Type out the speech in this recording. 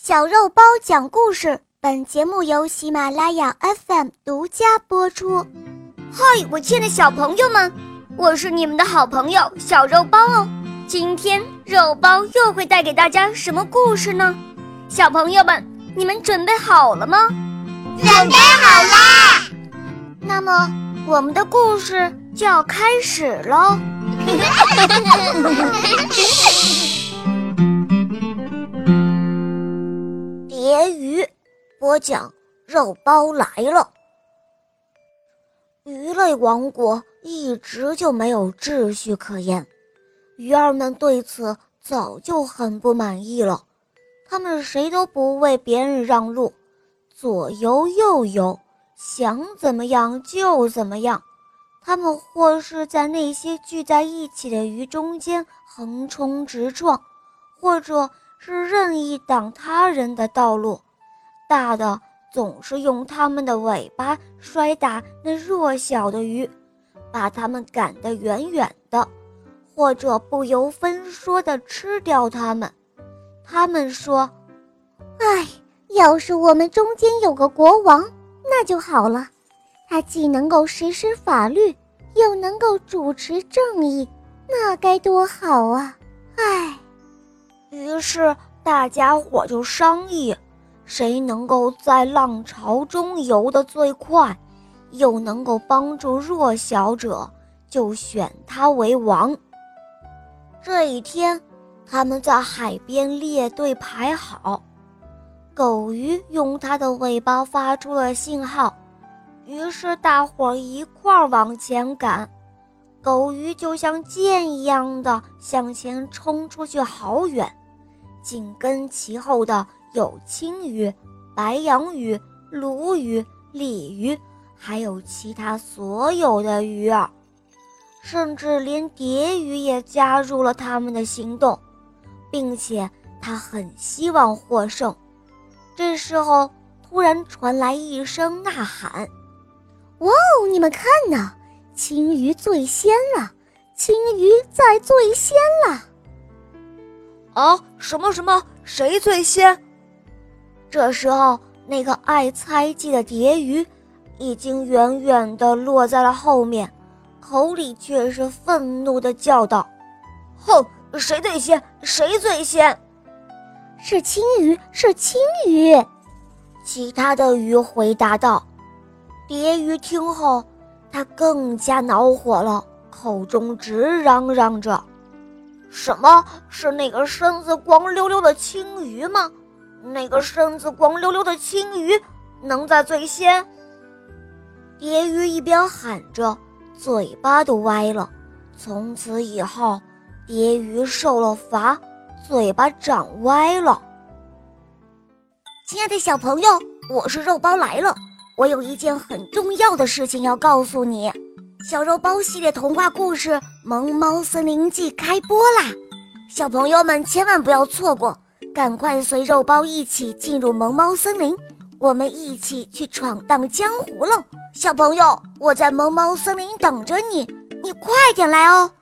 小肉包讲故事，本节目由喜马拉雅 FM 独家播出。 嗨，我亲爱的小朋友们，我是你们的好朋友小肉包哦。今天肉包又会带给大家什么故事呢？小朋友们，你们准备好了吗？ 准备好啦！ 那么我们的故事就要开始咯。 蝶鱼播讲，肉包来了。鱼类王国一直就没有秩序可言，鱼儿们对此早就很不满意了。他们谁都不为别人让路，左游右游，想怎么样就怎么样。他们或是在那些聚在一起的鱼中间横冲直撞，或者是任意挡他人的道路，大的总是用他们的尾巴摔打那弱小的鱼，把它们赶得远远的，或者不由分说地吃掉它们。他们说：哎，要是我们中间有个国王，那就好了，他既能够实施法律，又能够主持正义，那该多好啊！哎，于是大家伙就商议，谁能够在浪潮中游得最快，又能够帮助弱小者，就选他为王。这一天，他们在海边列队排好，狗鱼用它的尾巴发出了信号，于是大伙儿一块儿往前赶。狗鱼就像箭一样的向前冲出去好远，紧跟其后的有青鱼、白杨鱼、鲈鱼、鲤鱼，还有其他所有的鱼儿，甚至连蝶鱼也加入了他们的行动，并且他很希望获胜。这时候突然传来一声呐喊：哇哦，你们看呐，青鱼最先了，青鱼在最先了！ 啊，什么？谁最先？ 这时候那个爱猜忌的蝶鱼已经远远地落在了后面，口里却是愤怒地叫道： 哼，谁最先？谁最先？ 是青鱼，是青鱼！其他的鱼回答道。蝶鱼听后，他更加恼火了，口中直嚷嚷着： 什么？是那个身子光溜溜的青鱼吗？那个身子光溜溜的青鱼能在最先？ 蝶鱼一边喊着，嘴巴都歪了。从此以后，蝶鱼受了罚，嘴巴长歪了。亲爱的小朋友，我是肉包来了，我有一件很重要的事情要告诉你。小肉包系列童话故事《萌猫森林记》开播啦！小朋友们千万不要错过，赶快随肉包一起进入萌猫森林，我们一起去闯荡江湖喽！小朋友，我在萌猫森林等着你，你快点来哦！